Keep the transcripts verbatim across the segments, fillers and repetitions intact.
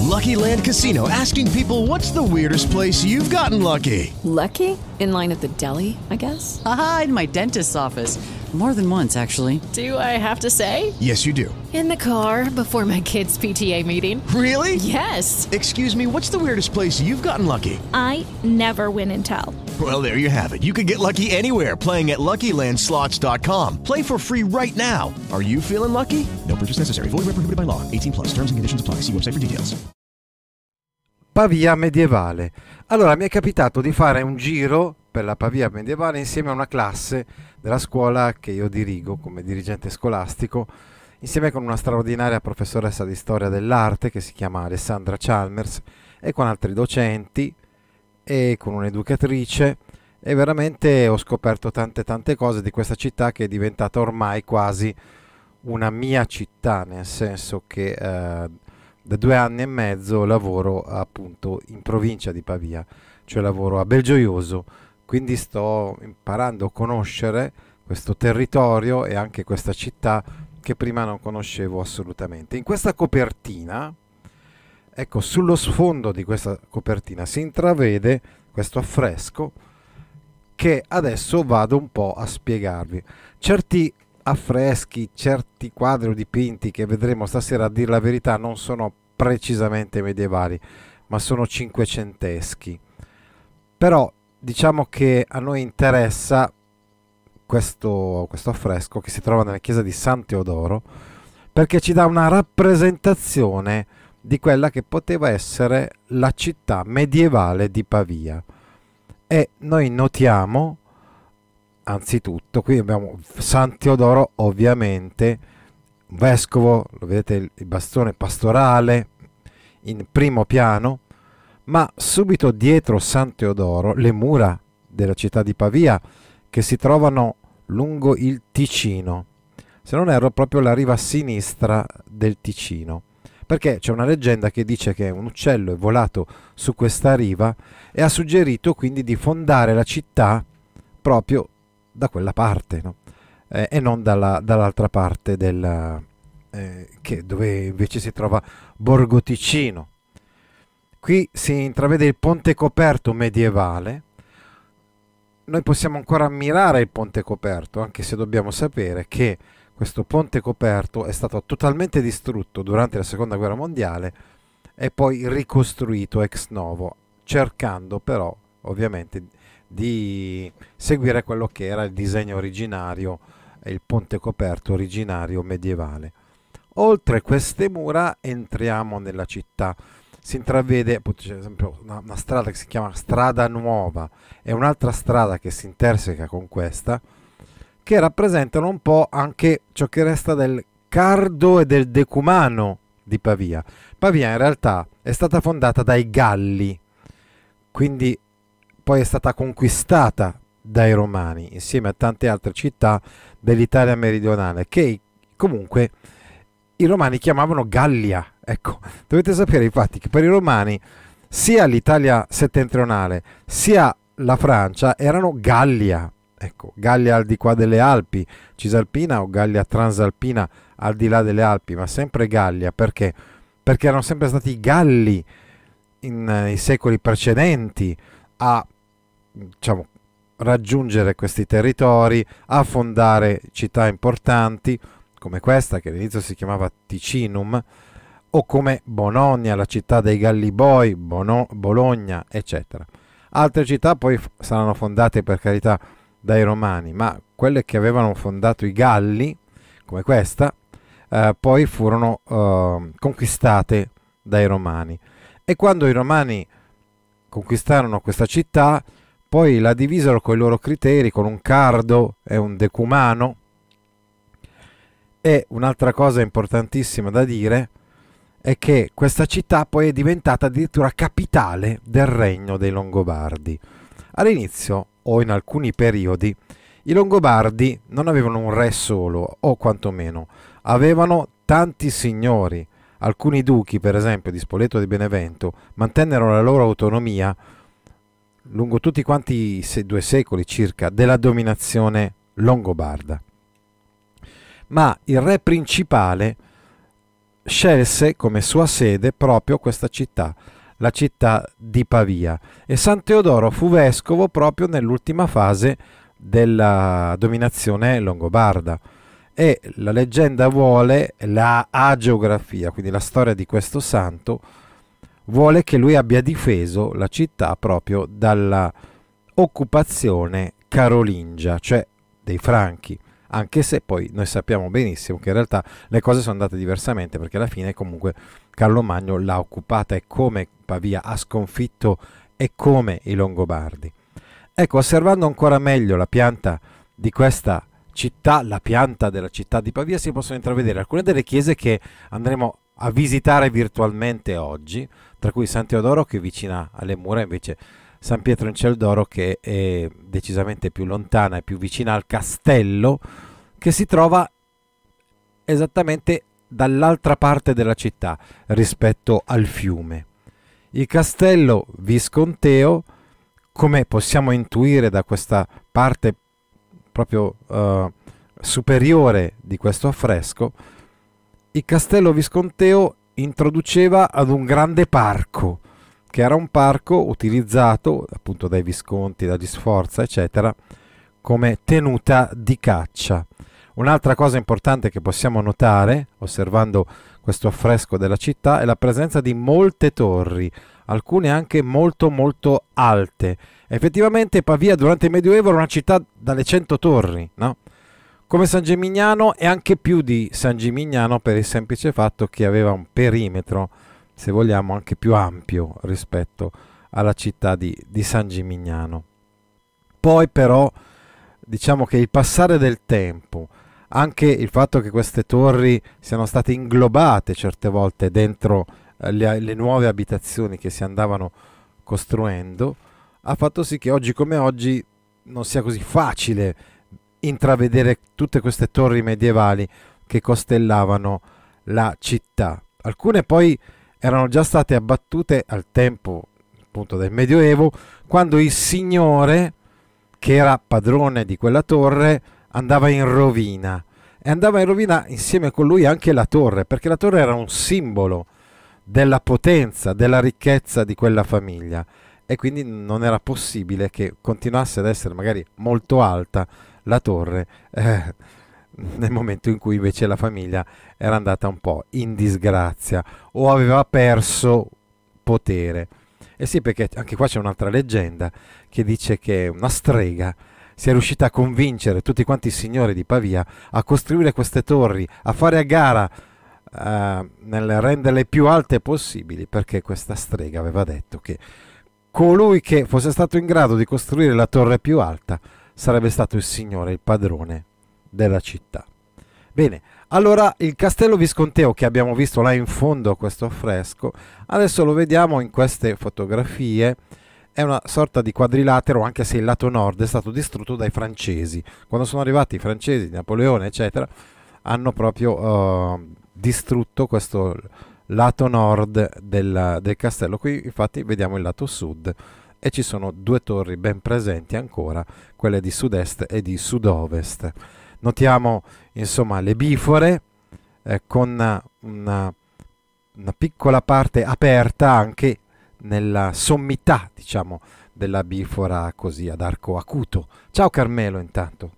Lucky Land Casino, asking people, what's the weirdest place you've gotten lucky? Lucky? In line at the deli, I guess? Aha, in my dentist's office. More than once, actually. Do I have to say? Yes, you do. In the car before my kids' P T A meeting. Really? Yes. Excuse me, what's the weirdest place you've gotten lucky? I never win and tell. Well, there you have it. You can get lucky anywhere, playing at Lucky Land Slots dot com. Play for free right now. Are you feeling lucky? No purchase necessary. Void where prohibited by law. eighteen plus. Terms and conditions apply. See website for details. Pavia medievale. Allora, mi è capitato di fare un giro per la Pavia medievale insieme a una classe della scuola che io dirigo come dirigente scolastico, insieme con una straordinaria professoressa di storia dell'arte che si chiama Alessandra Chalmers, e con altri docenti e con un'educatrice, e veramente ho scoperto tante tante cose di questa città che è diventata ormai quasi una mia città, nel senso che eh, da due anni e mezzo lavoro appunto in provincia di Pavia, cioè lavoro a Belgioioso, quindi sto imparando a conoscere questo territorio e anche questa città che prima non conoscevo assolutamente. In questa copertina, ecco, sullo sfondo di questa copertina si intravede questo affresco che adesso vado un po' a spiegarvi. Certi affreschi, certi quadri o dipinti che vedremo stasera, a dir la verità, non sono precisamente medievali, ma sono cinquecenteschi. Però diciamo che a noi interessa questo, questo affresco che si trova nella chiesa di San Teodoro, perché ci dà una rappresentazione di quella che poteva essere la città medievale di Pavia. E noi notiamo anzitutto, qui abbiamo San Teodoro, ovviamente vescovo, lo vedete, il, il bastone pastorale in primo piano, ma subito dietro San Teodoro le mura della città di Pavia che si trovano lungo il Ticino, se non erro proprio la riva sinistra del Ticino, perché c'è una leggenda che dice che un uccello è volato su questa riva e ha suggerito quindi di fondare la città proprio da quella parte, no? eh, e non dalla, dall'altra parte del, eh, che, dove invece si trova Borgo Ticino. Qui si intravede il ponte coperto medievale. Noi possiamo ancora ammirare il ponte coperto, anche se dobbiamo sapere che questo ponte coperto è stato totalmente distrutto durante la seconda guerra mondiale e poi ricostruito ex novo, cercando però ovviamente di seguire quello che era il disegno originario, il ponte coperto originario medievale. Oltre queste mura entriamo nella città. Si intravede appunto, c'è esempio una, una strada che si chiama Strada Nuova e un'altra strada che si interseca con questa, che rappresentano un po' anche ciò che resta del Cardo e del Decumano di Pavia. Pavia in realtà è stata fondata dai Galli, quindi poi è stata conquistata dai Romani insieme a tante altre città dell'Italia meridionale che comunque i Romani chiamavano Gallia. Ecco, dovete sapere infatti che per i Romani sia l'Italia settentrionale sia la Francia erano Gallia. Ecco, Gallia al di qua delle Alpi, Cisalpina, o Gallia transalpina al di là delle Alpi, ma sempre Gallia. Perché? Perché erano sempre stati i Galli in, nei secoli precedenti a, diciamo, raggiungere questi territori, a fondare città importanti come questa che all'inizio si chiamava Ticinum, o come Bononia, la città dei Galliboi, Bono, Bologna, eccetera. Altre città poi f- saranno fondate, per carità, dai Romani, ma quelle che avevano fondato i Galli, come questa, eh, poi furono eh, conquistate dai Romani. E quando i Romani conquistarono questa città, poi la divisero con i loro criteri, con un cardo e un decumano. E un'altra cosa importantissima da dire è che questa città poi è diventata addirittura capitale del regno dei Longobardi. All'inizio, o in alcuni periodi, i Longobardi non avevano un re solo, o quantomeno avevano tanti signori. Alcuni duchi, per esempio, di Spoleto e di Benevento, mantennero la loro autonomia lungo tutti quanti i se- due secoli circa della dominazione longobarda. Ma il re principale scelse come sua sede proprio questa città, la città di Pavia, e San Teodoro fu vescovo proprio nell'ultima fase della dominazione longobarda. E la leggenda vuole, la agiografia, quindi la storia di questo santo, vuole che lui abbia difeso la città proprio dalla occupazione carolingia, cioè dei Franchi, anche se poi noi sappiamo benissimo che in realtà le cose sono andate diversamente, perché alla fine comunque Carlo Magno l'ha occupata, e come Pavia ha sconfitto e come i Longobardi. Ecco, osservando ancora meglio la pianta di questa città, la pianta della città di Pavia, si possono intravedere alcune delle chiese che andremo a visitare virtualmente oggi, tra cui San Teodoro, che è vicina alle mura, invece San Pietro in Ciel d'Oro, che è decisamente più lontana e più vicina al castello, che si trova esattamente dall'altra parte della città rispetto al fiume. Il castello visconteo, come possiamo intuire da questa parte proprio uh, superiore di questo affresco, il castello visconteo introduceva ad un grande parco, che era un parco utilizzato appunto dai Visconti, dagli Sforza, eccetera, come tenuta di caccia. Un'altra cosa importante che possiamo notare, osservando questo affresco della città, è la presenza di molte torri, alcune anche molto molto alte. Effettivamente Pavia durante il Medioevo era una città dalle cento torri, no? Come San Gimignano, e anche più di San Gimignano, per il semplice fatto che aveva un perimetro, se vogliamo, anche più ampio rispetto alla città di, di San Gimignano. Poi però diciamo che il passare del tempo, anche il fatto che queste torri siano state inglobate certe volte dentro eh, le, le nuove abitazioni che si andavano costruendo, ha fatto sì che oggi come oggi non sia così facile intravedere tutte queste torri medievali che costellavano la città. Alcune poi erano già state abbattute al tempo appunto del Medioevo, quando il signore, che era padrone di quella torre, andava in rovina, e andava in rovina insieme con lui anche la torre, perché la torre era un simbolo della potenza, della ricchezza di quella famiglia, e quindi non era possibile che continuasse ad essere magari molto alta la torre eh, nel momento in cui invece la famiglia era andata un po' in disgrazia o aveva perso potere. E sì, perché anche qua c'è un'altra leggenda che dice che una strega sia riuscita a convincere tutti quanti i signori di Pavia a costruire queste torri, a fare a gara eh, nel renderle più alte possibili, perché questa strega aveva detto che colui che fosse stato in grado di costruire la torre più alta sarebbe stato il signore, il padrone della città. Bene, allora il castello visconteo che abbiamo visto là in fondo a questo affresco, adesso lo vediamo in queste fotografie. È una sorta di quadrilatero, anche se il lato nord è stato distrutto dai francesi. Quando sono arrivati i francesi, Napoleone eccetera, hanno proprio uh, distrutto questo lato nord del, del castello. Qui infatti vediamo il lato sud e ci sono due torri ben presenti ancora, quelle di sud-est e di sud-ovest. Notiamo insomma le bifore eh, con una, una piccola parte aperta anche nella sommità, diciamo, della bifora così ad arco acuto. Ciao Carmelo intanto.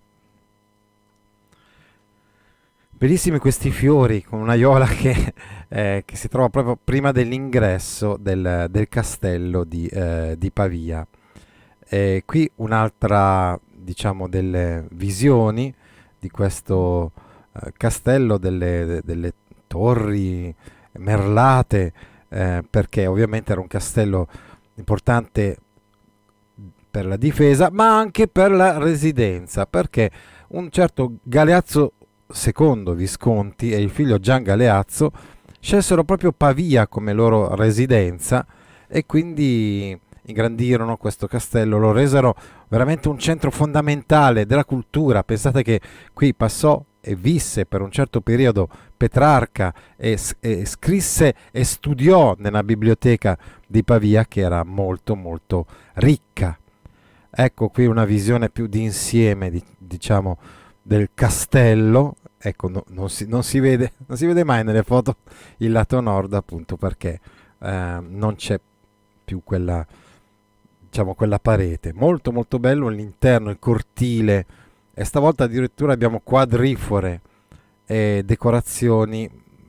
Bellissimi questi fiori con un'aiuola che, eh, che si trova proprio prima dell'ingresso del, del castello di, eh, di Pavia. E qui un'altra, diciamo, delle visioni di questo eh, castello, delle, de, delle torri merlate, eh, perché ovviamente era un castello importante per la difesa, ma anche per la residenza, perché un certo Galeazzo secondo Visconti e il figlio Gian Galeazzo scelsero proprio Pavia come loro residenza, e quindi ingrandirono questo castello, lo resero veramente un centro fondamentale della cultura. Pensate che qui passò e visse per un certo periodo Petrarca e, e scrisse e studiò nella biblioteca di Pavia, che era molto molto ricca. Ecco qui una visione più d'insieme, di, diciamo, del castello, ecco, no- non si, non si vede, non si vede mai nelle foto il lato nord, appunto perché eh, non c'è più quella, diciamo, quella parete. Molto molto bello l'interno, il cortile, e stavolta addirittura abbiamo quadrifore e decorazioni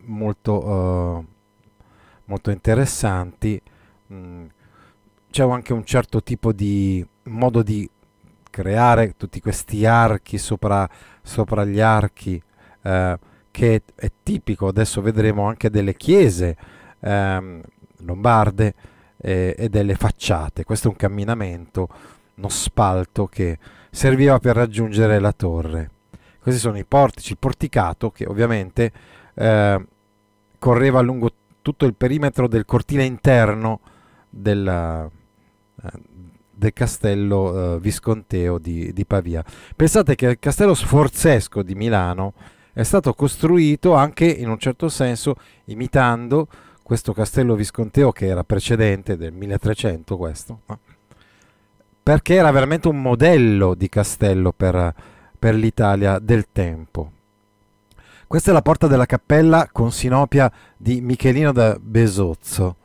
molto, eh, molto interessanti. Mm, c'è anche un certo tipo di modo di creare tutti questi archi sopra, sopra gli archi, eh, che è, è tipico, adesso vedremo, anche delle chiese ehm, lombarde eh, e delle facciate. Questo è un camminamento, uno spalto che serviva per raggiungere la torre. Questi sono i portici, il porticato che ovviamente eh, correva lungo tutto il perimetro del cortile interno della, eh, del castello eh, visconteo di, di Pavia. Pensate che il castello sforzesco di Milano è stato costruito anche in un certo senso imitando questo castello visconteo, che era precedente, del milletrecento questo, no? Perché era veramente un modello di castello per, per l'Italia del tempo. Questa è la porta della cappella con sinopia di Michelino da Besozzo.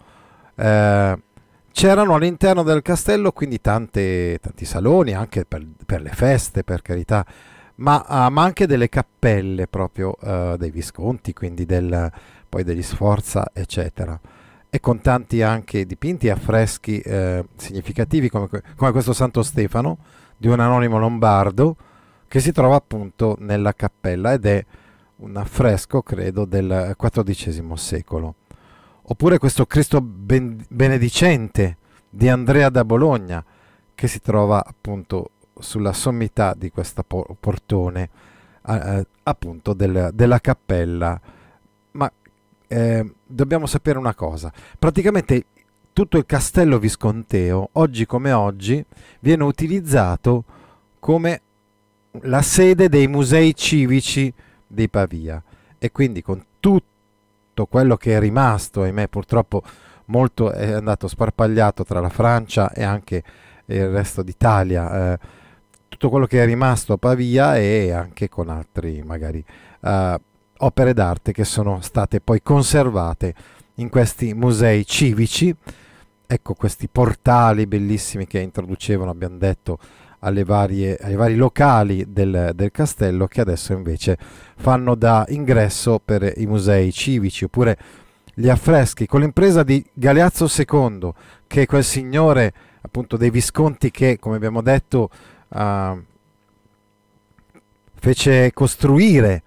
Eh, c'erano all'interno del castello quindi tante, tanti saloni, anche per, per le feste, per carità, ma, ah, ma anche delle cappelle proprio eh, dei Visconti, quindi del, poi degli Sforza, eccetera. E con tanti anche dipinti e affreschi eh, significativi, come, come questo Santo Stefano di un anonimo lombardo che si trova appunto nella cappella, ed è un affresco, credo, del quattordicesimo secolo. Oppure questo Cristo ben- benedicente di Andrea da Bologna, che si trova appunto sulla sommità di questo por- portone eh, appunto del- della cappella. Ma eh, dobbiamo sapere una cosa: praticamente tutto il castello visconteo, oggi come oggi, viene utilizzato come la sede dei musei civici di Pavia, e quindi con tutto quello che è rimasto, ahimè purtroppo molto è andato sparpagliato tra la Francia e anche il resto d'Italia, eh, tutto quello che è rimasto a Pavia, e anche con altri magari eh, opere d'arte che sono state poi conservate in questi musei civici. Ecco questi portali bellissimi che introducevano, abbiamo detto, alle varie, ai vari locali del, del castello, che adesso invece fanno da ingresso per i musei civici. Oppure gli affreschi con l'impresa di Galeazzo secondo, che è quel signore appunto dei Visconti che, come abbiamo detto, uh, fece costruire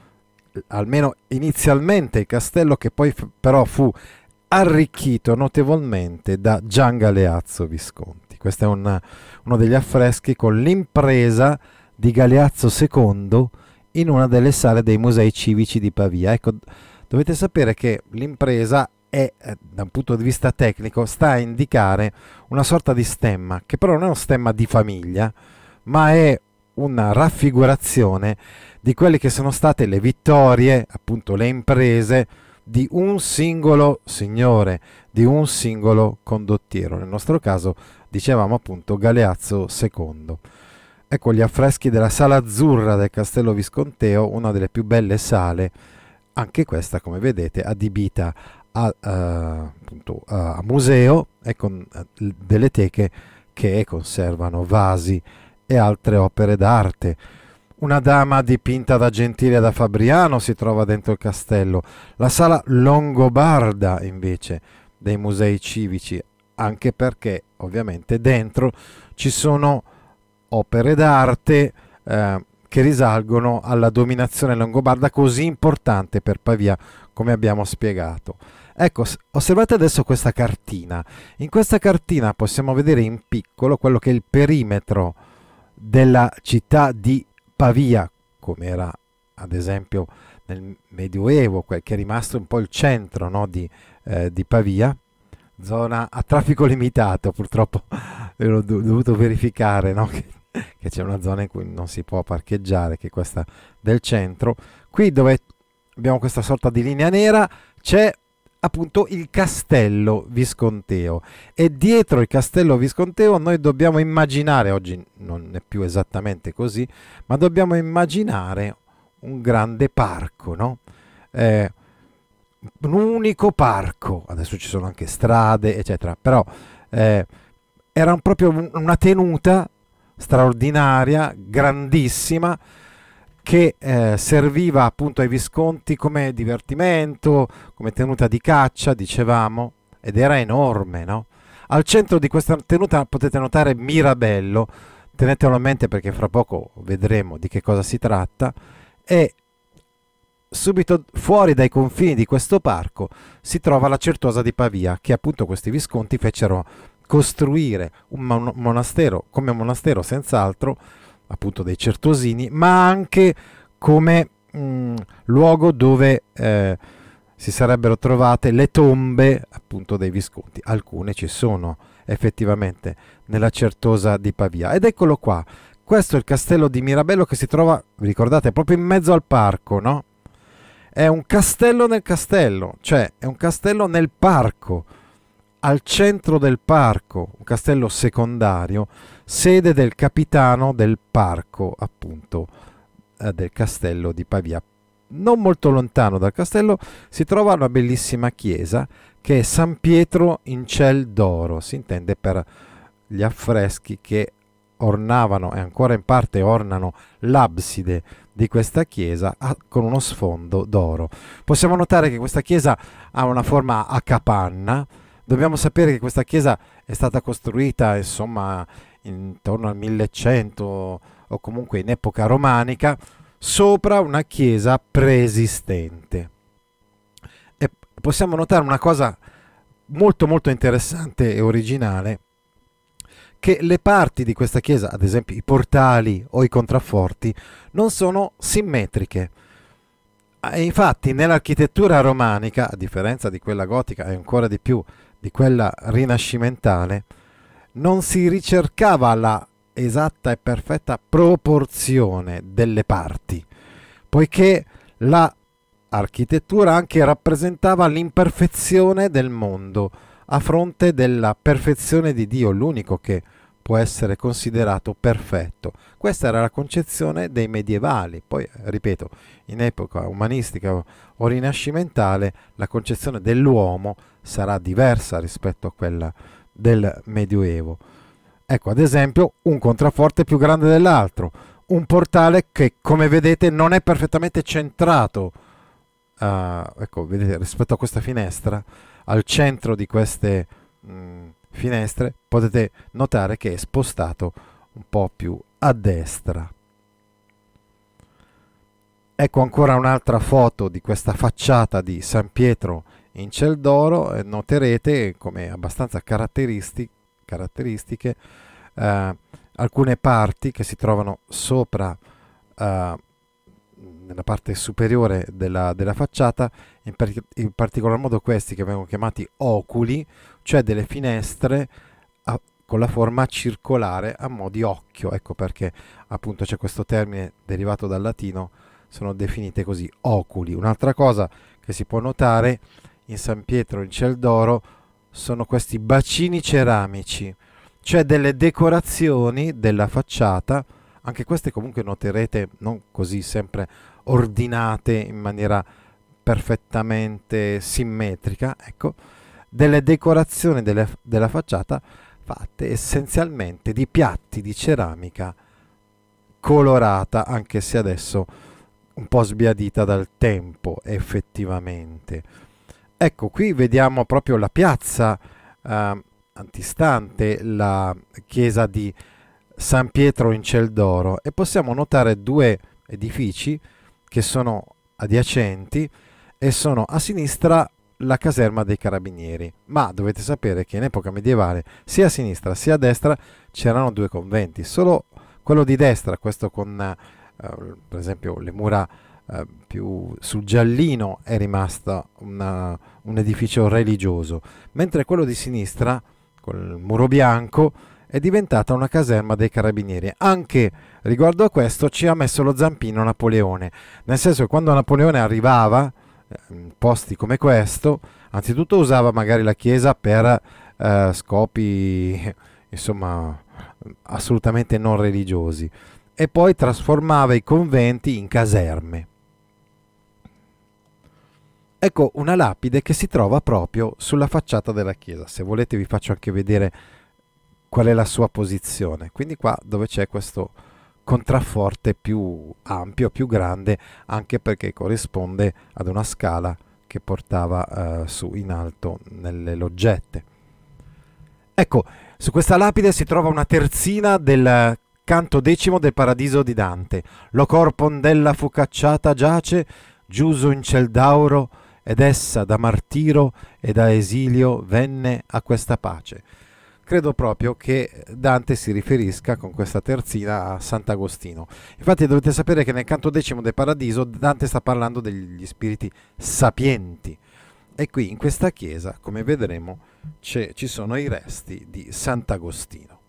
almeno inizialmente il castello, che poi f- però fu arricchito notevolmente da Gian Galeazzo Visconti. Questo è un, uno degli affreschi con l'impresa di Galeazzo secondo in una delle sale dei musei civici di Pavia. Ecco, dovete sapere che l'impresa è, eh, da un punto di vista tecnico, sta a indicare una sorta di stemma, che però non è uno stemma di famiglia, ma è una raffigurazione di quelle che sono state le vittorie, appunto le imprese di un singolo signore, di un singolo condottiero. Nel nostro caso dicevamo appunto Galeazzo secondo. Ecco gli affreschi della Sala Azzurra del Castello Visconteo, una delle più belle sale, anche questa come vedete adibita a, uh, appunto, uh, a museo, e con uh, delle teche che conservano vasi e altre opere d'arte. Una dama dipinta da Gentile da Fabriano si trova dentro il castello. La sala Longobarda invece dei musei civici, anche perché ovviamente dentro ci sono opere d'arte eh, che risalgono alla dominazione longobarda, così importante per Pavia, come abbiamo spiegato. Ecco, osservate adesso questa cartina. In questa cartina possiamo vedere in piccolo quello che è il perimetro della città di Pavia, come era ad esempio nel Medioevo, quel che è rimasto un po' il centro, no, di, eh, di Pavia, zona a traffico limitato. Purtroppo ho dovuto verificare, no, che, che c'è una zona in cui non si può parcheggiare, che è questa del centro. Qui dove abbiamo questa sorta di linea nera c'è appunto il castello visconteo, e dietro il castello visconteo noi dobbiamo immaginare, oggi non è più esattamente così, ma dobbiamo immaginare un grande parco, no? Eh, un unico parco, adesso ci sono anche strade, eccetera, però eh, era un- proprio un- una tenuta straordinaria, grandissima, che eh, serviva appunto ai Visconti come divertimento, come tenuta di caccia, dicevamo, ed era enorme, no? Al centro di questa tenuta potete notare Mirabello, tenetelo a mente perché fra poco vedremo di che cosa si tratta, e subito fuori dai confini di questo parco si trova la Certosa di Pavia, che appunto questi Visconti fecero costruire un mon- monastero, come monastero senz'altro, appunto dei Certosini, ma anche come mh, luogo dove eh, si sarebbero trovate le tombe appunto dei Visconti. Alcune ci sono effettivamente nella Certosa di Pavia. Ed eccolo qua, questo è il castello di Mirabello che si trova, vi ricordate, proprio in mezzo al parco, no? È un castello nel castello, cioè è un castello nel parco, al centro del parco, un castello secondario, sede del capitano del parco, appunto, eh, del castello di Pavia. Non molto lontano dal castello si trova una bellissima chiesa che è San Pietro in Ciel d'Oro, si intende per gli affreschi che ornavano e ancora in parte ornano l'abside di questa chiesa a- con uno sfondo d'oro. Possiamo notare che questa chiesa ha una forma a capanna. Dobbiamo sapere che questa chiesa è stata costruita insomma intorno al millecento o comunque in epoca romanica sopra una chiesa preesistente. E possiamo notare una cosa molto molto interessante e originale, che le parti di questa chiesa, ad esempio i portali o i contrafforti, non sono simmetriche. E infatti nell'architettura romanica, a differenza di quella gotica e ancora di più di quella rinascimentale, non si ricercava la esatta e perfetta proporzione delle parti, poiché la architettura anche rappresentava l'imperfezione del mondo a fronte della perfezione di Dio, l'unico che può essere considerato perfetto. Questa era la concezione dei medievali. Poi, ripeto, in epoca umanistica o, o rinascimentale la concezione dell'uomo sarà diversa rispetto a quella del Medioevo. Ecco, ad esempio, un contrafforte più grande dell'altro, un portale che, come vedete, non è perfettamente centrato, uh, ecco, vedete, rispetto a questa finestra, al centro di queste mh, finestre, potete notare che è spostato un po' più a destra. Ecco ancora un'altra foto di questa facciata di San Pietro in Ciel d'Oro, e noterete come abbastanza caratteristi- caratteristiche eh, alcune parti che si trovano sopra, eh, nella parte superiore della, della facciata, in, per- in particolar modo questi che vengono chiamati oculi, cioè delle finestre a- con la forma circolare a mo' di occhio. Ecco perché appunto c'è questo termine derivato dal latino, sono definite così, oculi. Un'altra cosa che si può notare in San Pietro in Ciel d'Oro sono questi bacini ceramici, cioè delle decorazioni della facciata, anche queste comunque noterete non così sempre ordinate in maniera perfettamente simmetrica, ecco, delle decorazioni delle- della facciata fatte essenzialmente di piatti di ceramica colorata, anche se adesso un po' sbiadita dal tempo effettivamente. Ecco, qui vediamo proprio la piazza eh, antistante la chiesa di San Pietro in Ciel d'Oro, e possiamo notare due edifici che sono adiacenti e sono a sinistra la caserma dei carabinieri, ma dovete sapere che in epoca medievale sia a sinistra sia a destra c'erano due conventi, solo quello di destra, questo con eh, per esempio le mura eh, più sul giallino, è rimasto una- un edificio religioso, mentre quello di sinistra col muro bianco è diventata una caserma dei carabinieri. Anche riguardo a questo ci ha messo lo zampino Napoleone, nel senso che quando Napoleone arrivava in posti come questo, anzitutto usava magari la chiesa per eh, scopi insomma assolutamente non religiosi, e poi trasformava i conventi in caserme. Ecco una lapide che si trova proprio sulla facciata della chiesa. Se volete vi faccio anche vedere qual è la sua posizione. Quindi qua dove c'è questo contrafforte più ampio, più grande, anche perché corrisponde ad una scala che portava eh, su in alto nelle loggette. Ecco, su questa lapide si trova una terzina del canto decimo del Paradiso di Dante. Lo corpon della fu cacciata giace, giuso in ciel d'auro, ed essa da martiro e da esilio venne a questa pace. Credo proprio che Dante si riferisca con questa terzina a Sant'Agostino. Infatti dovete sapere che nel canto decimo del Paradiso Dante sta parlando degli spiriti sapienti, e qui in questa chiesa, come vedremo, c'è, ci sono i resti di Sant'Agostino.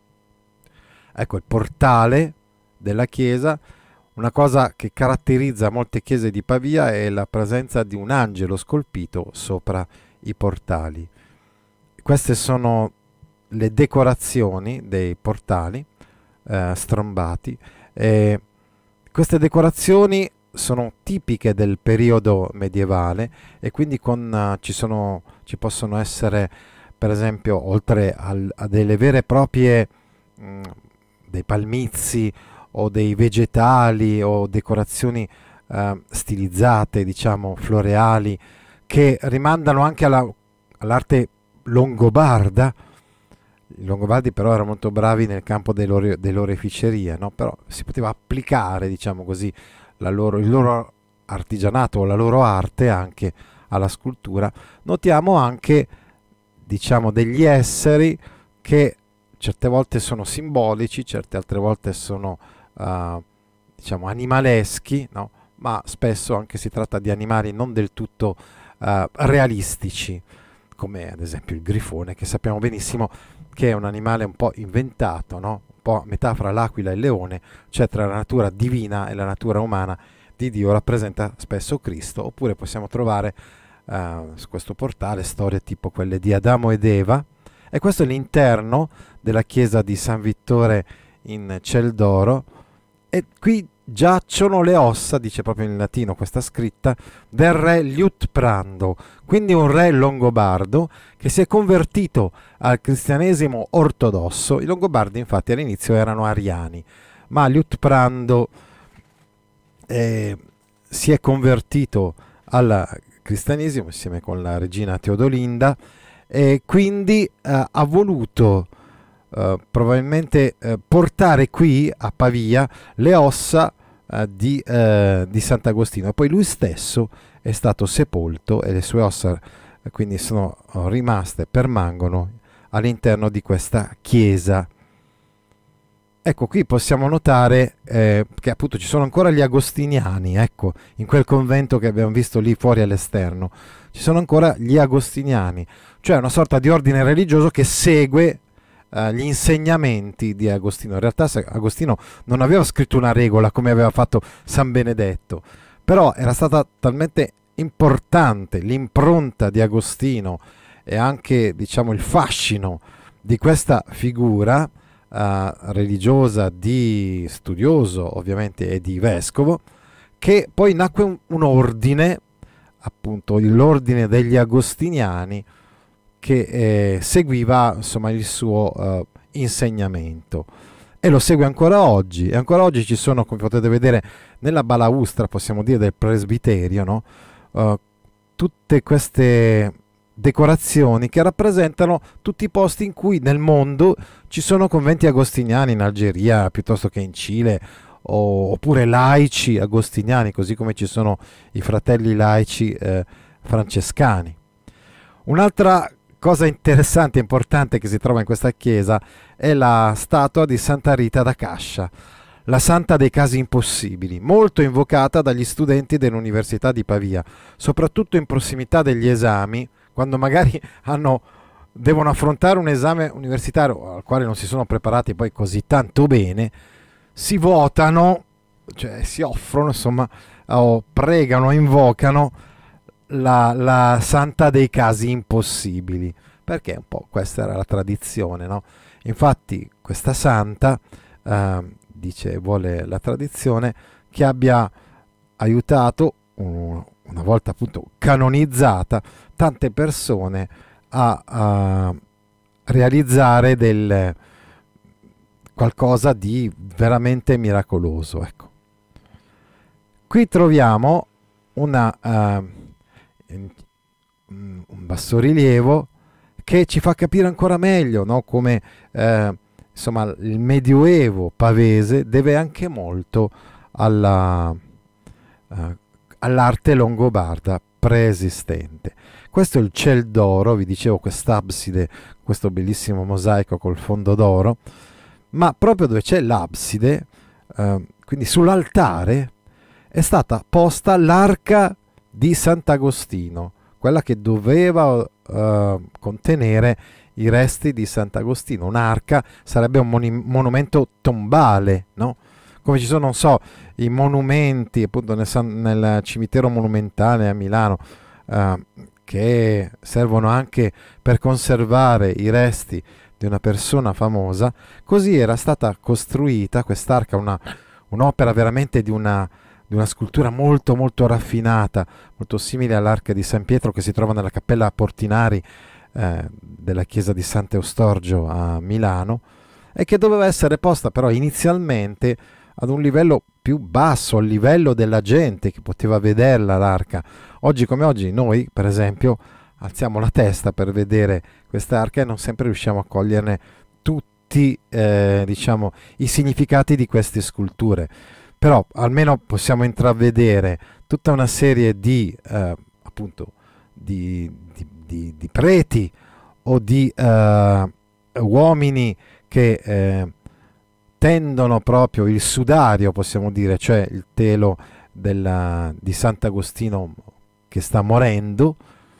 Ecco il portale della chiesa. Una cosa che caratterizza molte chiese di Pavia è la presenza di un angelo scolpito sopra i portali. Queste sono le decorazioni dei portali eh, strombati. E queste decorazioni sono tipiche del periodo medievale, e quindi con, uh, ci, sono, ci possono essere, per esempio, oltre al, a delle vere e proprie mh, dei palmizi o dei vegetali o decorazioni uh, stilizzate, diciamo floreali, che rimandano anche alla, all'arte longobarda. I Longobardi però erano molto bravi nel campo dell'ore, dell'oreficeria, no? Però si poteva applicare, diciamo così, la loro, il loro artigianato o la loro arte anche alla scultura. Notiamo anche, diciamo, degli esseri che certe volte sono simbolici, certe altre volte sono uh, diciamo animaleschi, no? Ma spesso anche si tratta di animali non del tutto uh, realistici, come ad esempio il grifone, che sappiamo benissimo che è un animale un po' inventato, no? Un po' a metà fra l'aquila e il leone, cioè tra la natura divina e la natura umana di Dio. Rappresenta spesso Cristo, oppure possiamo trovare uh, su questo portale storie tipo quelle di Adamo ed Eva. E questo è l'interno della chiesa di San Vittore in Ciel d'Oro, e qui giacciono le ossa, dice proprio in latino questa scritta, del re Liutprando, quindi un re longobardo che si è convertito al cristianesimo ortodosso. I Longobardi infatti all'inizio erano ariani, ma Liutprando eh, si è convertito al cristianesimo insieme con la regina Teodolinda, e quindi eh, ha voluto eh, probabilmente eh, portare qui a Pavia le ossa eh, di, eh, di Sant'Agostino, e poi lui stesso è stato sepolto e le sue ossa eh, quindi sono rimaste, permangono all'interno di questa chiesa. Ecco, qui possiamo notare eh, che appunto ci sono ancora gli agostiniani, ecco, in quel convento che abbiamo visto lì fuori all'esterno, ci sono ancora gli agostiniani, cioè una sorta di ordine religioso che segue eh, gli insegnamenti di Agostino. In realtà Agostino non aveva scritto una regola come aveva fatto San Benedetto, però era stata talmente importante l'impronta di Agostino e anche, diciamo, il fascino di questa figura Uh, religiosa, di studioso ovviamente e di vescovo, che poi nacque un, un ordine, appunto l'ordine degli agostiniani, che eh, seguiva insomma il suo uh, insegnamento, e lo segue ancora oggi. E ancora oggi ci sono, come potete vedere nella balaustra, possiamo dire, del presbiterio, no? Uh, tutte queste decorazioni che rappresentano tutti i posti in cui nel mondo ci sono conventi agostiniani, in Algeria piuttosto che in Cile, o, oppure laici agostiniani, così come ci sono i fratelli laici eh, francescani. Un'altra cosa interessante e importante che si trova in questa chiesa è la statua di Santa Rita da Cascia, la santa dei casi impossibili, molto invocata dagli studenti dell'Università di Pavia, soprattutto in prossimità degli esami, quando magari hanno, devono affrontare un esame universitario al quale non si sono preparati poi così tanto bene, si votano, cioè si offrono, insomma, o pregano, invocano la, la santa dei casi impossibili, perché un po' questa era la tradizione, no? Infatti questa santa eh, dice e vuole la tradizione, che abbia aiutato, una volta appunto canonizzata, tante persone a, a realizzare del qualcosa di veramente miracoloso. Ecco. Qui troviamo una, uh, un bassorilievo che ci fa capire ancora meglio, no? Come uh, insomma il medioevo pavese deve anche molto alla, uh, all'arte longobarda preesistente. Questo è il ciel d'oro, vi dicevo, quest'abside, questo bellissimo mosaico col fondo d'oro, ma proprio dove c'è l'abside, uh, quindi sull'altare, è stata posta l'arca di Sant'Agostino, quella che doveva uh, contenere i resti di Sant'Agostino. Un'arca sarebbe un moni- monumento tombale, no? Come ci sono, non so, i monumenti appunto nel, San- nel cimitero monumentale a Milano, uh, che servono anche per conservare i resti di una persona famosa. Così era stata costruita quest'arca, una, un'opera veramente di una, di una scultura molto molto raffinata, molto simile all'arca di San Pietro che si trova nella cappella Portinari eh, della chiesa di Sant'Eustorgio a Milano, e che doveva essere posta però inizialmente ad un livello più basso, al livello della gente che poteva vederla l'arca. Oggi come oggi noi, per esempio, alziamo la testa per vedere quest'arca e non sempre riusciamo a coglierne tutti eh, diciamo, i significati di queste sculture. Però almeno possiamo intravedere tutta una serie di eh, appunto di, di, di, di preti o di eh, uomini che eh, tendono proprio il sudario, possiamo dire, cioè il telo della, di Sant'Agostino che sta morendo.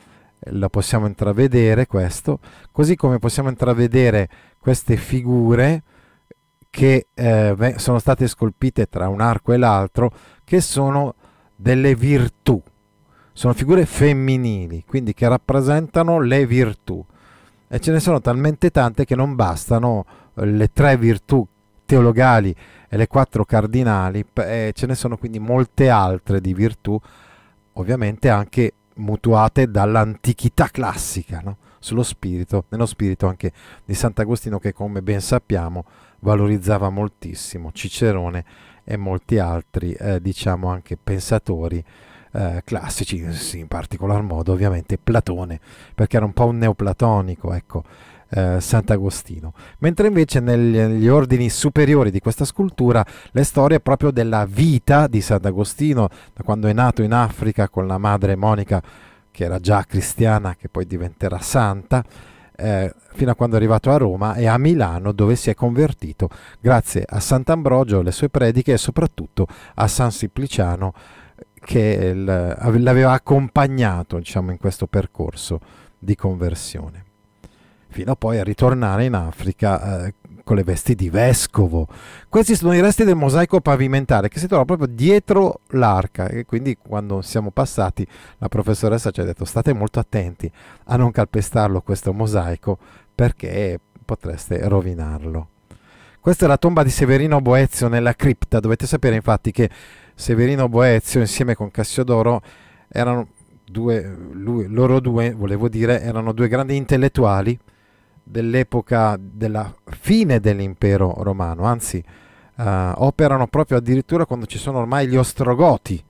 Lo possiamo intravedere questo, così come possiamo intravedere queste figure che eh, sono state scolpite tra un arco e l'altro, che sono delle virtù, sono figure femminili, quindi che rappresentano le virtù, e ce ne sono talmente tante che non bastano le tre virtù teologali e le quattro cardinali, e ce ne sono quindi molte altre di virtù, ovviamente anche mutuate dall'antichità classica, no? Sullo spirito, nello spirito anche di Sant'Agostino, che come ben sappiamo valorizzava moltissimo Cicerone e molti altri eh, diciamo anche pensatori eh, classici, in particolar modo ovviamente Platone, perché era un po' un neoplatonico, ecco, eh, Sant'Agostino. Mentre invece negli, negli ordini superiori di questa scultura le storie proprio della vita di Sant'Agostino, da quando è nato in Africa con la madre Monica, che era già cristiana, che poi diventerà santa, eh, fino a quando è arrivato a Roma e a Milano, dove si è convertito grazie a Sant'Ambrogio, le sue prediche, e soprattutto a San Simpliciano, che il, l'aveva accompagnato, diciamo, in questo percorso di conversione, fino poi a ritornare in Africa eh, con le vesti di vescovo. Questi sono i resti del mosaico pavimentare che si trova proprio dietro l'arca, e quindi quando siamo passati la professoressa ci ha detto: state molto attenti a non calpestarlo questo mosaico, perché potreste rovinarlo. Questa è la tomba di Severino Boezio nella cripta. Dovete sapere infatti che Severino Boezio insieme con Cassiodoro erano due, lui, loro due, volevo dire, erano due grandi intellettuali dell'epoca della fine dell'impero romano, anzi uh, operano proprio addirittura quando ci sono ormai gli ostrogoti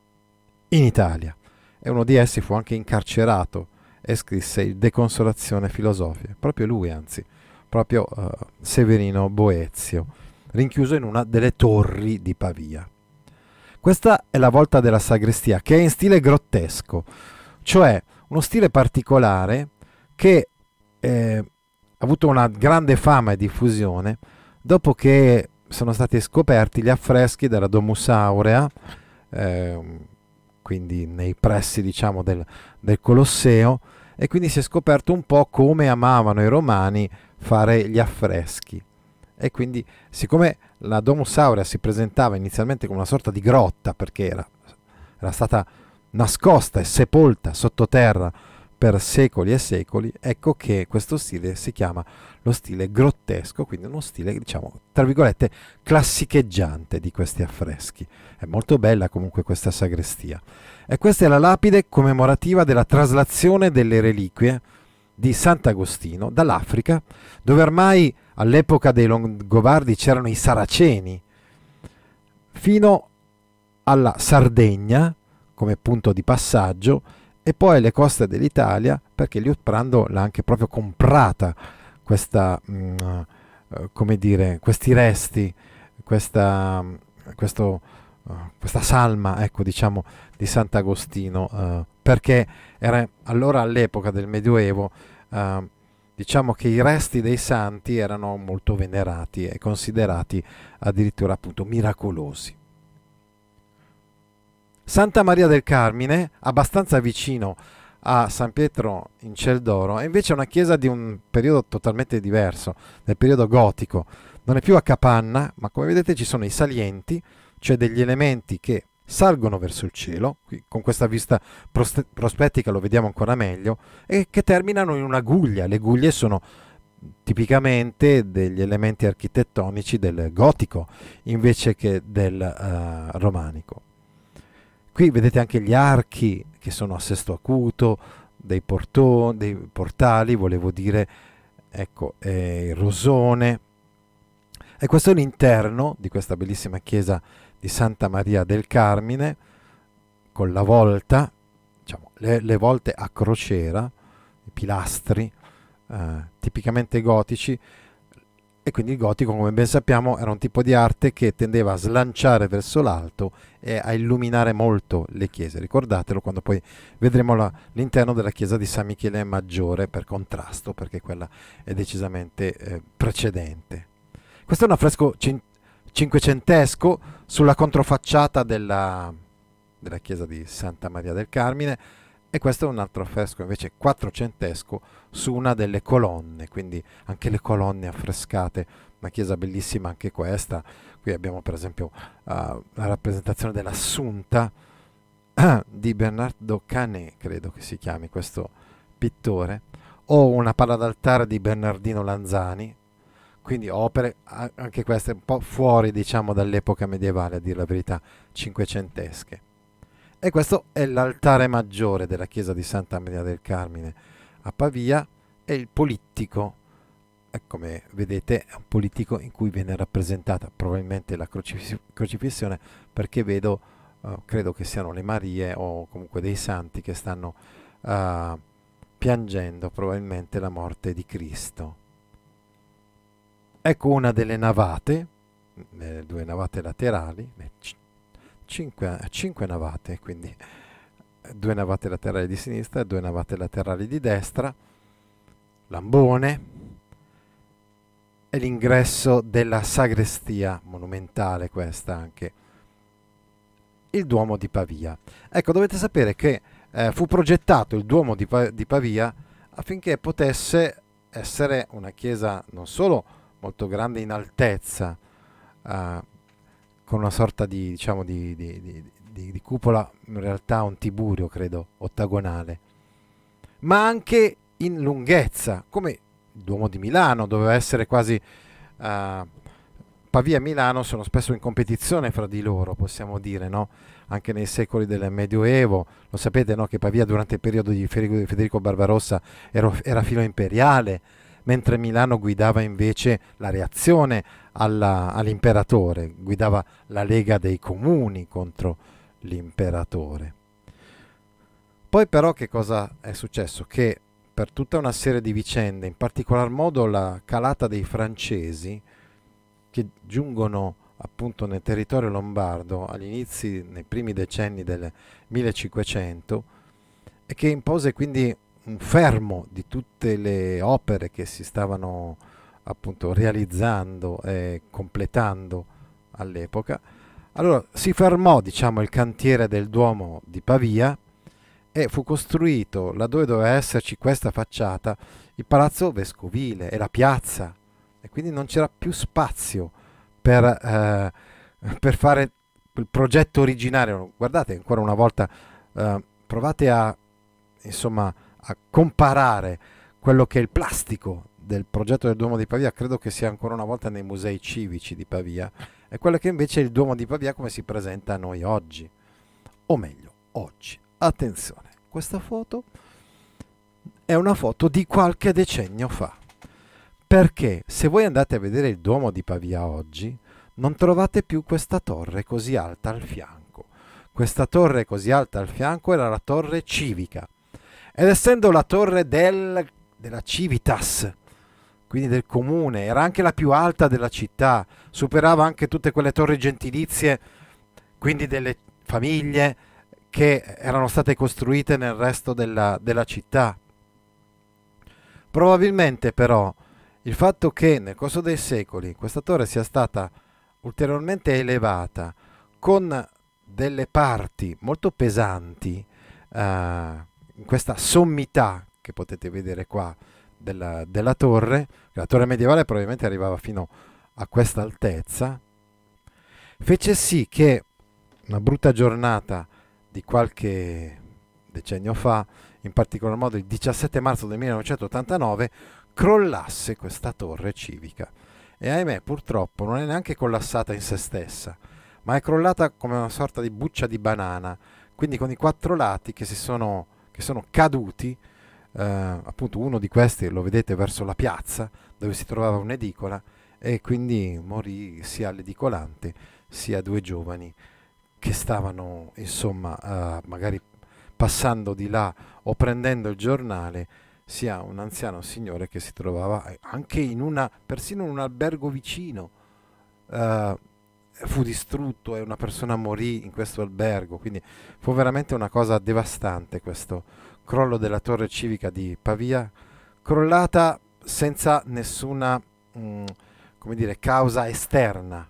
in Italia, e uno di essi fu anche incarcerato e scrisse il De Consolazione Filosofiae, proprio lui, anzi proprio uh, Severino Boezio, rinchiuso in una delle torri di Pavia. Questa è la volta della sagrestia, che è in stile grottesco, cioè uno stile particolare che eh, ha avuto una grande fama e diffusione dopo che sono stati scoperti gli affreschi della Domus Aurea, eh, quindi nei pressi, diciamo, del, del Colosseo, e quindi si è scoperto un po' come amavano i romani fare gli affreschi. E quindi, siccome la Domus Aurea si presentava inizialmente come una sorta di grotta, perché era, era stata nascosta e sepolta sottoterra per secoli e secoli, ecco che questo stile si chiama lo stile grottesco, quindi uno stile, diciamo, tra virgolette, classicheggiante di questi affreschi. È molto bella comunque questa sagrestia. E questa è la lapide commemorativa della traslazione delle reliquie di Sant'Agostino dall'Africa, dove ormai all'epoca dei Longobardi c'erano i Saraceni, fino alla Sardegna come punto di passaggio, e poi alle coste dell'Italia, perché Liutprando l'ha anche proprio comprata questa, mh, uh, come dire, questi resti, questa, questo, uh, questa salma, ecco, diciamo, di Sant'Agostino, uh, perché era allora, all'epoca del Medioevo, uh, diciamo che i resti dei santi erano molto venerati e considerati addirittura appunto miracolosi. Santa Maria del Carmine, abbastanza vicino a San Pietro in Celdoro, è invece una chiesa di un periodo totalmente diverso, del periodo gotico. Non è più a capanna, ma come vedete ci sono i salienti, cioè degli elementi che salgono verso il cielo, qui, con questa vista proste- prospettica lo vediamo ancora meglio, e che terminano in una guglia. Le guglie sono tipicamente degli elementi architettonici del gotico invece che del uh, romanico. Qui vedete anche gli archi che sono a sesto acuto, dei, portoni, dei portali, volevo dire, ecco, eh, il rosone. E questo è l'interno di questa bellissima chiesa di Santa Maria del Carmine, con la volta, diciamo, le, le volte a crociera, i pilastri eh, tipicamente gotici. E quindi il gotico, come ben sappiamo, era un tipo di arte che tendeva a slanciare verso l'alto e a illuminare molto le chiese. Ricordatelo quando poi vedremo la, l'interno della chiesa di San Michele Maggiore, per contrasto, perché quella è decisamente eh, precedente. Questo è un affresco cin- cinquecentesco sulla controfacciata della, della chiesa di Santa Maria del Carmine, e questo è un altro affresco invece quattrocentesco su una delle colonne, quindi anche le colonne affrescate, una chiesa bellissima anche questa. Qui abbiamo per esempio uh, la rappresentazione dell'Assunta uh, di Bernardo Canet, credo che si chiami questo pittore, o una pala d'altare di Bernardino Lanzani, quindi opere anche queste un po' fuori, diciamo, dall'epoca medievale, a dire la verità, cinquecentesche. E questo è l'altare maggiore della chiesa di Santa Maria del Carmine a Pavia, e il polittico, e come vedete è un polittico in cui viene rappresentata probabilmente la crocifiss- crocifissione, perché vedo, uh, credo che siano le Marie o comunque dei santi che stanno uh, piangendo probabilmente la morte di Cristo. Ecco una delle navate, le due navate laterali, le c- cinque, cinque navate, quindi due navate laterali di sinistra e due navate laterali di destra, l'ambone e l'ingresso della sagrestia monumentale, questa anche, il Duomo di Pavia. Ecco, dovete sapere che eh, fu progettato il Duomo di, pa- di Pavia affinché potesse essere una chiesa non solo molto grande in altezza, eh, con una sorta di, diciamo, di, di, di, di, di cupola, in realtà un tiburio, credo, ottagonale, ma anche in lunghezza, come il Duomo di Milano. Doveva essere quasi... Uh, Pavia e Milano sono spesso in competizione fra di loro, possiamo dire, no? Anche nei secoli del Medioevo. Lo sapete, no? Che Pavia durante il periodo di Federico Barbarossa era, era filo imperiale, mentre Milano guidava invece la reazione alla, all'imperatore, guidava la Lega dei Comuni contro l'imperatore. Poi però che cosa è successo? Che per tutta una serie di vicende, in particolar modo la calata dei francesi, che giungono appunto nel territorio lombardo agli inizi, nei primi decenni del millecinquecento, e che impose quindi un fermo di tutte le opere che si stavano appunto realizzando e completando all'epoca. Allora si fermò, diciamo, il cantiere del Duomo di Pavia e fu costruito, laddove doveva esserci questa facciata, il palazzo vescovile e la piazza, e quindi non c'era più spazio per, eh, per fare il progetto originario. Guardate ancora una volta, eh, provate a insomma a comparare quello che è il plastico del progetto del Duomo di Pavia, credo che sia ancora una volta nei musei civici di Pavia, e quello che invece è il Duomo di Pavia come si presenta a noi oggi, o meglio, oggi. Attenzione, questa foto è una foto di qualche decennio fa, perché se voi andate a vedere il Duomo di Pavia oggi, non trovate più questa torre così alta al fianco. Questa torre così alta al fianco era la torre civica, ed essendo la torre del, della Civitas, quindi del comune, era anche la più alta della città, superava anche tutte quelle torri gentilizie, quindi delle famiglie che erano state costruite nel resto della, della città. Probabilmente però il fatto che nel corso dei secoli questa torre sia stata ulteriormente elevata con delle parti molto pesanti, uh, in questa sommità che potete vedere qua della, della torre, la torre medievale probabilmente arrivava fino a questa altezza, fece sì che una brutta giornata di qualche decennio fa, in particolar modo il diciassette marzo del millenovecentottantanove, crollasse questa torre civica. E ahimè, purtroppo non è neanche collassata in se stessa, ma è crollata come una sorta di buccia di banana, quindi con i quattro lati che, si sono, che sono caduti. Eh, appunto uno di questi lo vedete verso la piazza dove si trovava un'edicola, e quindi morì sia l'edicolante sia due giovani che stavano insomma uh, magari passando di là o prendendo il giornale, sia un anziano signore che si trovava anche in una, persino in un albergo vicino, uh, fu distrutto e una persona morì in questo albergo, quindi fu veramente una cosa devastante questo crollo della torre civica di Pavia, crollata senza nessuna mh, come dire, causa esterna.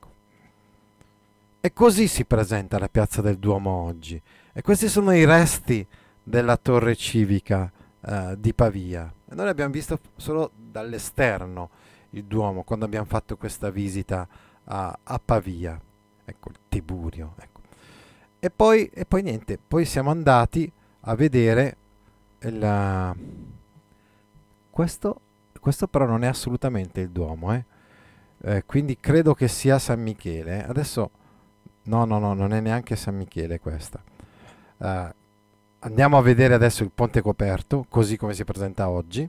E così si presenta la piazza del Duomo oggi. E questi sono i resti della torre civica eh, di Pavia. E noi abbiamo visto solo dall'esterno il Duomo quando abbiamo fatto questa visita a, a Pavia. Ecco il Tiburio. Ecco. E, poi, e poi niente, poi siamo andati a vedere il, questo, questo però non è assolutamente il Duomo. Eh? Eh, quindi credo che sia San Michele. Adesso... No, no, no, non è neanche San Michele questa. Uh, andiamo a vedere adesso il ponte coperto, così come si presenta oggi.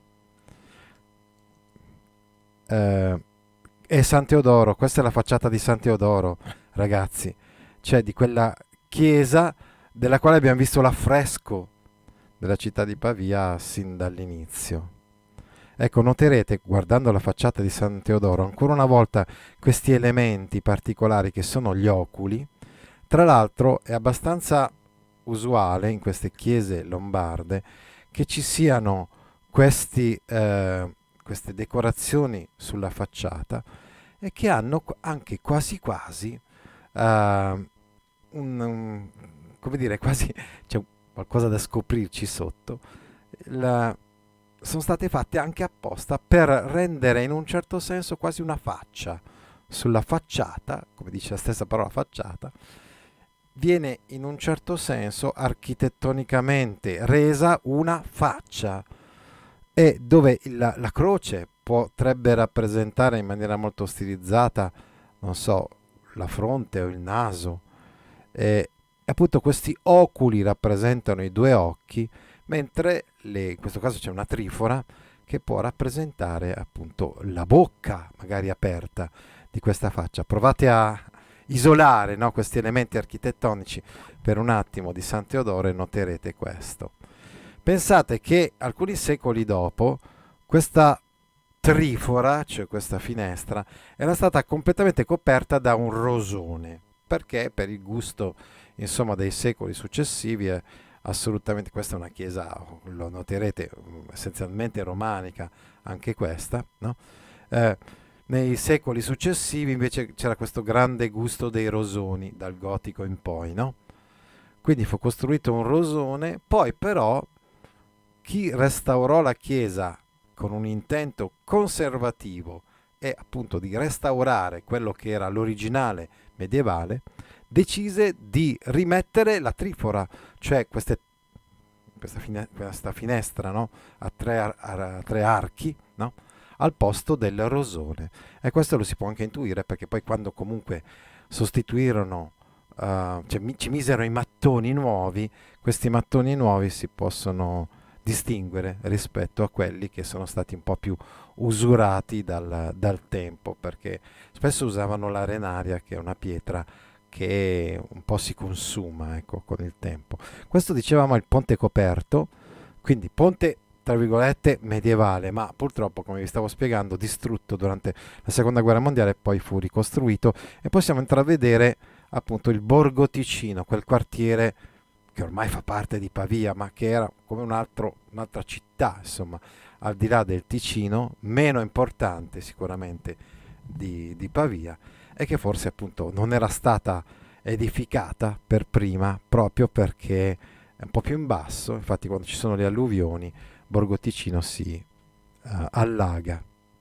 Uh, è San Teodoro, questa è la facciata di San Teodoro, ragazzi. Cioè di quella chiesa della quale abbiamo visto l'affresco della città di Pavia sin dall'inizio. Ecco, noterete, guardando la facciata di San Teodoro, ancora una volta questi elementi particolari che sono gli oculi. Tra l'altro è abbastanza usuale in queste chiese lombarde che ci siano questi, eh, queste decorazioni sulla facciata e che hanno anche quasi quasi, uh, un, un, come dire, quasi c'è qualcosa da scoprirci sotto. La, sono state fatte anche apposta per rendere in un certo senso quasi una faccia sulla facciata, come dice la stessa parola facciata, viene in un certo senso architettonicamente resa una faccia, e dove la, la croce potrebbe rappresentare in maniera molto stilizzata, non so, la fronte o il naso, e appunto questi oculi rappresentano i due occhi, mentre le, in questo caso c'è una trifora che può rappresentare appunto la bocca magari aperta di questa faccia. Provate a isolare, no, questi elementi architettonici per un attimo di San Teodoro e noterete questo. Pensate che alcuni secoli dopo questa trifora, cioè questa finestra, era stata completamente coperta da un rosone, perché per il gusto insomma dei secoli successivi è assolutamente, questa è una chiesa, lo noterete, essenzialmente romanica anche questa, no? Eh, nei secoli successivi invece c'era questo grande gusto dei rosoni dal gotico in poi, no? Quindi fu costruito un rosone, poi però chi restaurò la chiesa con un intento conservativo e appunto di restaurare quello che era l'originale medievale, decise di rimettere la trifora, cioè queste questa, fine, questa finestra, no? a, tre ar- a tre archi, no? al posto del rosone. E questo lo si può anche intuire, perché poi quando comunque sostituirono, uh, cioè mi- ci misero i mattoni nuovi, questi mattoni nuovi si possono distinguere rispetto a quelli che sono stati un po' più usurati dal, dal tempo, perché spesso usavano l'arenaria, che è una pietra che un po' si consuma, ecco, con il tempo. Questo dicevamo è il ponte coperto, quindi ponte tra virgolette medievale, ma purtroppo, come vi stavo spiegando, distrutto durante la seconda guerra mondiale, poi fu ricostruito, e possiamo intravedere appunto il Borgo Ticino, quel quartiere che ormai fa parte di Pavia, ma che era come un altro, un'altra città, insomma, al di là del Ticino, meno importante sicuramente di, di Pavia, e che forse appunto non era stata edificata per prima, proprio perché è un po' più in basso. Infatti quando ci sono le alluvioni Borgo Ticino si uh, allaga.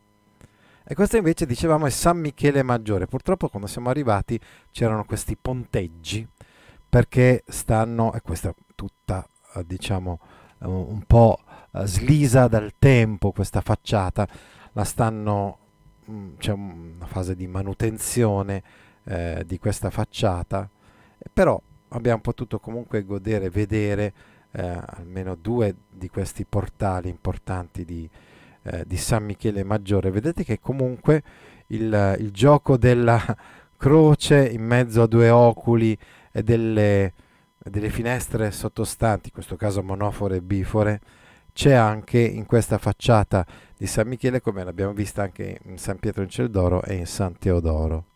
E questo invece, dicevamo, è San Michele Maggiore. Purtroppo quando siamo arrivati c'erano questi ponteggi, perché stanno, e questa è tutta uh, diciamo uh, un po' uh, slisa dal tempo, questa facciata, la stanno c'è una fase di manutenzione eh, di questa facciata, però abbiamo potuto comunque godere, vedere eh, almeno due di questi portali importanti di, eh, di San Michele Maggiore. Vedete che comunque il, il gioco della croce in mezzo a due oculi e delle, delle finestre sottostanti, in questo caso monofore e bifore, c'è anche in questa facciata di San Michele, come l'abbiamo vista anche in San Pietro in Celdoro e in San Teodoro.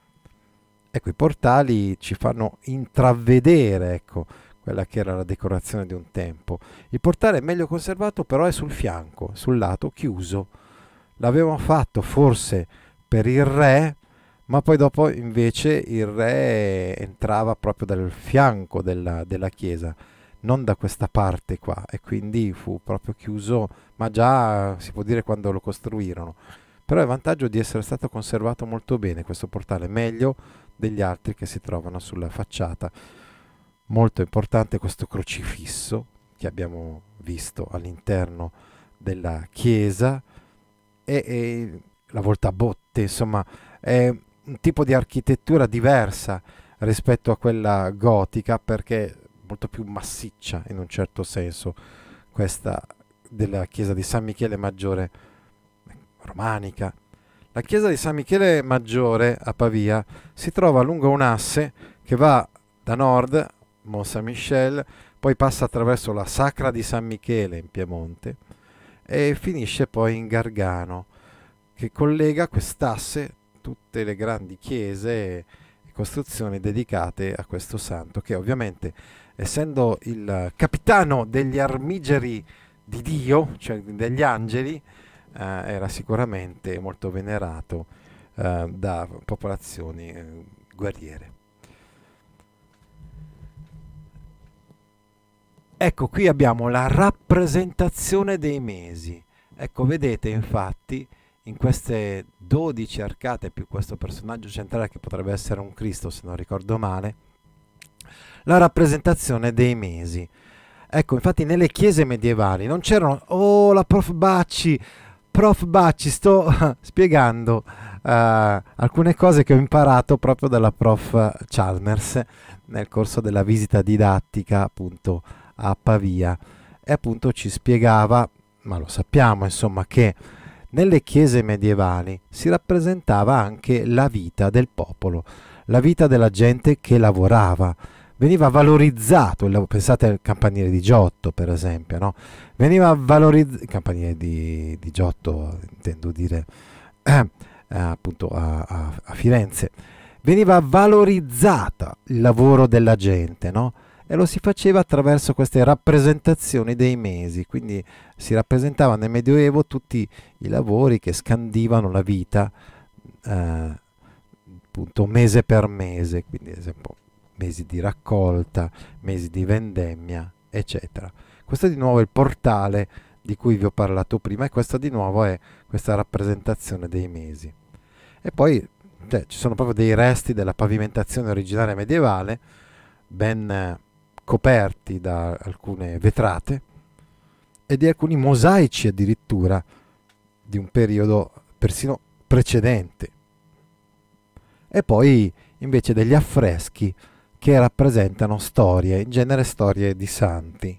Ecco, i portali ci fanno intravedere, ecco, quella che era la decorazione di un tempo. Il portale è meglio conservato, però è sul fianco, sul lato chiuso. L'avevano fatto forse per il re, ma poi dopo invece il re entrava proprio dal fianco della, della chiesa, non da questa parte qua, e quindi fu proprio chiuso, ma già si può dire quando lo costruirono. Però è vantaggio di essere stato conservato molto bene questo portale, meglio degli altri che si trovano sulla facciata. Molto importante questo crocifisso che abbiamo visto all'interno della chiesa, e, e la voltabotte, insomma è un tipo di architettura diversa rispetto a quella gotica, perché molto più massiccia in un certo senso, questa della chiesa di San Michele Maggiore romanica. La chiesa di San Michele Maggiore a Pavia si trova lungo un asse che va da nord, Mont Saint-Michel, poi passa attraverso la Sacra di San Michele in Piemonte e finisce poi in Gargano, che collega quest'asse tutte le grandi chiese e costruzioni dedicate a questo santo, che ovviamente, essendo il capitano degli armigeri di Dio, cioè degli angeli, eh, era sicuramente molto venerato eh, da popolazioni eh, guerriere. Ecco, qui abbiamo la rappresentazione dei mesi. Ecco, vedete infatti in queste dodici arcate, più questo personaggio centrale che potrebbe essere un Cristo se non ricordo male, la rappresentazione dei mesi. Ecco, infatti nelle chiese medievali non c'erano, oh la prof Bacci, prof Bacci, sto spiegando uh, alcune cose che ho imparato proprio dalla prof Chalmers nel corso della visita didattica appunto a Pavia, e appunto ci spiegava, ma lo sappiamo insomma, che nelle chiese medievali si rappresentava anche la vita del popolo, la vita della gente che lavorava. Veniva valorizzato, pensate al campanile di Giotto per esempio, no? Veniva valorizzato, campanile di, di Giotto intendo dire eh, appunto a, a, a Firenze, veniva valorizzata il lavoro della gente, no? E lo si faceva attraverso queste rappresentazioni dei mesi, quindi si rappresentava nel Medioevo tutti i lavori che scandivano la vita eh, appunto mese per mese, quindi ad esempio mesi di raccolta, mesi di vendemmia, eccetera. Questo di nuovo è il portale di cui vi ho parlato prima, e questa di nuovo è questa rappresentazione dei mesi. E poi cioè, ci sono proprio dei resti della pavimentazione originaria medievale, ben coperti da alcune vetrate e di alcuni mosaici addirittura di un periodo persino precedente. E poi invece degli affreschi che rappresentano storie, in genere storie di santi.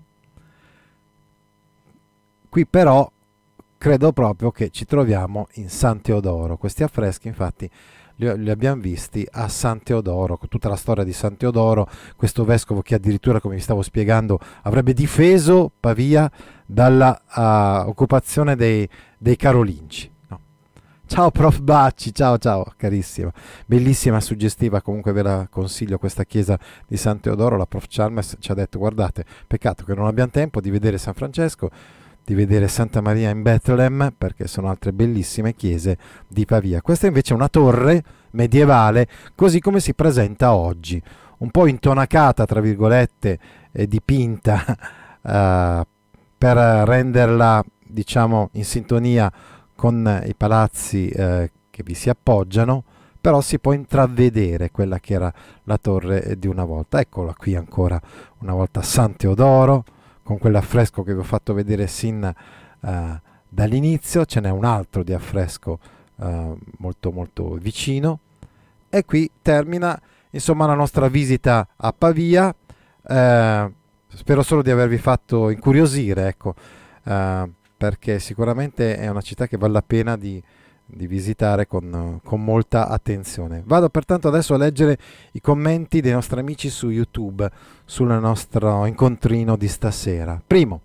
Qui però credo proprio che ci troviamo in San Teodoro. Questi affreschi infatti li, li abbiamo visti a San Teodoro, con tutta la storia di San Teodoro, questo vescovo che addirittura, come vi stavo spiegando, avrebbe difeso Pavia dalla uh, occupazione dei, dei Carolingi. No. Ciao prof Bacci, ciao ciao carissima, bellissima, suggestiva, comunque ve la consiglio questa chiesa di San Teodoro. La prof Chalmers ci ha detto: guardate, peccato che non abbiamo tempo di vedere San Francesco, di vedere Santa Maria in Bethlehem, perché sono altre bellissime chiese di Pavia. Questa invece è una torre medievale, così come si presenta oggi, un po' intonacata, tra virgolette, e dipinta uh, per renderla, diciamo, in sintonia con i palazzi uh, che vi si appoggiano, però si può intravedere quella che era la torre di una volta. Eccola qui ancora una volta San Teodoro, con quell'affresco che vi ho fatto vedere sin uh, dall'inizio. Ce n'è un altro di affresco uh, molto molto vicino, e qui termina insomma la nostra visita a Pavia. Uh, spero solo di avervi fatto incuriosire, ecco, uh, perché sicuramente è una città che vale la pena di, di visitare con, con molta attenzione. Vado pertanto adesso a leggere i commenti dei nostri amici su YouTube sul nostro incontrino di stasera. Primo: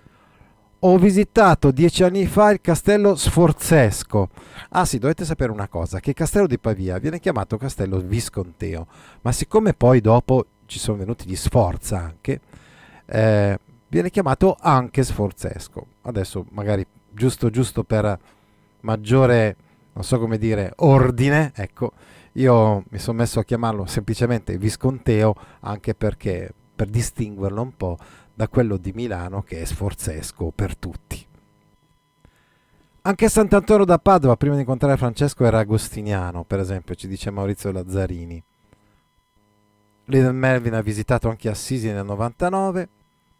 ho visitato dieci anni fa il castello Sforzesco. Ah sì, dovete sapere una cosa, che il castello di Pavia viene chiamato castello visconteo, ma siccome poi dopo ci sono venuti gli Sforza anche, eh, viene chiamato anche Sforzesco. Adesso magari giusto giusto per maggiore, non so come dire, ordine, ecco, io mi sono messo a chiamarlo semplicemente visconteo, anche perché per distinguerlo un po' da quello di Milano, che è Sforzesco per tutti. Anche Sant'Antonio da Padova, prima di incontrare Francesco, era agostiniano, per esempio, ci dice Maurizio Lazzarini. Lady Melvin ha visitato anche Assisi nel novantanove.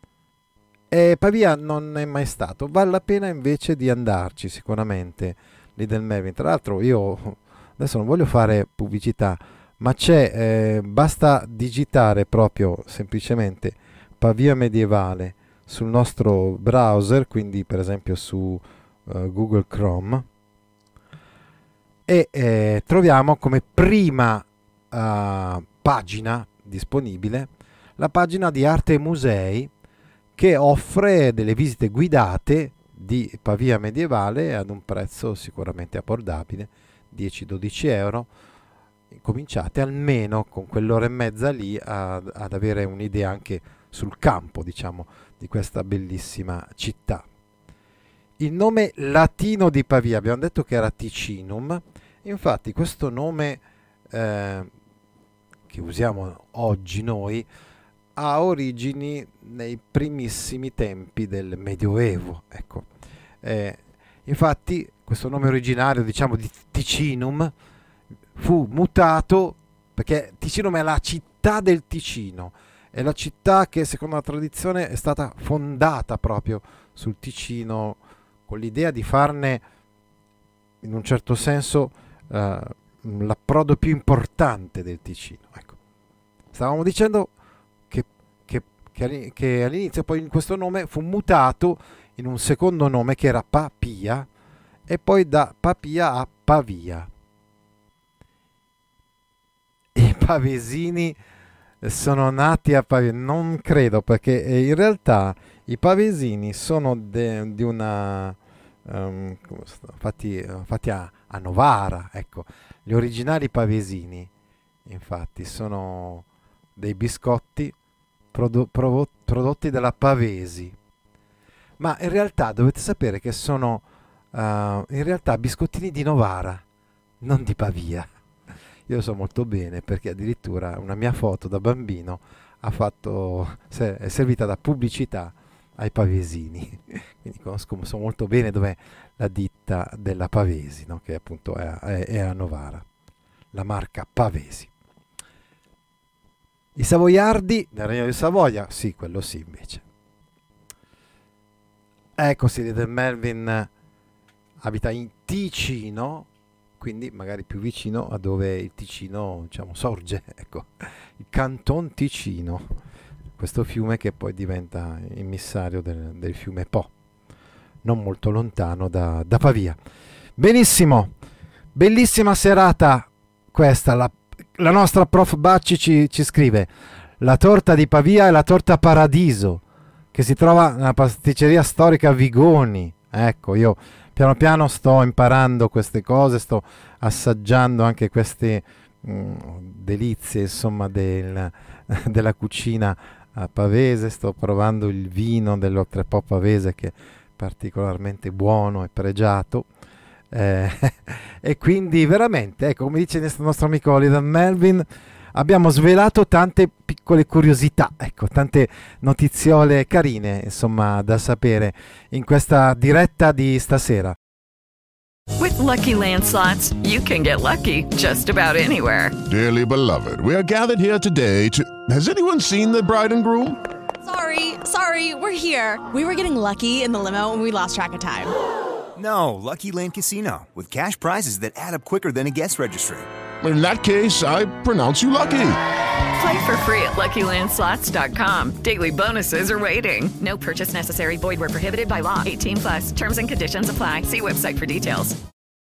E Pavia non è mai stato, vale la pena invece di andarci sicuramente, Little Melvin. Tra l'altro io adesso non voglio fare pubblicità, ma c'è, eh, basta digitare proprio semplicemente Pavia medievale sul nostro browser, quindi per esempio su uh, Google Chrome, e eh, troviamo come prima uh, pagina disponibile la pagina di Arte e Musei, che offre delle visite guidate di Pavia medievale ad un prezzo sicuramente abbordabile, dieci dodici euro. Cominciate almeno con quell'ora e mezza lì a, ad avere un'idea anche sul campo, diciamo, di questa bellissima città. Il nome latino di Pavia, abbiamo detto che era Ticinum, infatti questo nome eh, che usiamo oggi noi ha origini nei primissimi tempi del Medioevo, ecco. Eh, infatti questo nome originario, diciamo, di Ticinum fu mutato perché Ticinum è la città del Ticino, è la città che secondo la tradizione è stata fondata proprio sul Ticino, con l'idea di farne in un certo senso eh, l'approdo più importante del Ticino, ecco. Stavamo dicendo che che all'inizio poi questo nome fu mutato in un secondo nome che era Papia, e poi da Papia a Pavia. I pavesini sono nati a Pavia? Non credo, perché in realtà i pavesini sono de, di una um, fatti, fatti a, a Novara, ecco. Gli originali pavesini infatti sono dei biscotti Prodo- provo- prodotti dalla Pavesi, ma in realtà dovete sapere che sono uh, in realtà biscottini di Novara, non di Pavia. Io lo so molto bene perché addirittura una mia foto da bambino ha fatto, se- è servita da pubblicità ai pavesini, quindi conosco, so molto bene dov'è la ditta della Pavesi, no? Che appunto è, è, è a Novara, la marca Pavesi. I savoiardi nel Regno di Savoia, sì, quello sì invece. Ecco, si vede Melvin abita in Ticino, quindi magari più vicino a dove il Ticino, diciamo, sorge, ecco, il Canton Ticino, questo fiume che poi diventa immissario del, del fiume Po, non molto lontano da, da Pavia. Benissimo, bellissima serata questa, la, la nostra prof Bacci ci, ci scrive: la torta di Pavia è la torta Paradiso, che si trova nella pasticceria storica Vigoni. Ecco, io piano piano sto imparando queste cose, sto assaggiando anche queste mh, delizie, insomma, del, della cucina pavese, sto provando il vino dell'Oltrepo pavese che è particolarmente buono e pregiato, eh, e quindi veramente, ecco, come dice il nostro amico Oliver Melvin, abbiamo svelato tante piccole curiosità, ecco, tante notiziole carine, insomma, da sapere in questa diretta di stasera. With Lucky Land Slots, you can get lucky just about anywhere. Dearly beloved, we are gathered here today to... Has anyone seen the bride and groom? Sorry, sorry, we're here. We were getting lucky in the limo and we lost track of time. No, Lucky Land Casino, with cash prizes that add up quicker than a guest registry. In that case, I pronounce you lucky. Play for free at Lucky Land Slots dot com. Daily bonuses are waiting. No purchase necessary. Void where prohibited by law. eighteen plus. Terms and conditions apply. See website for details.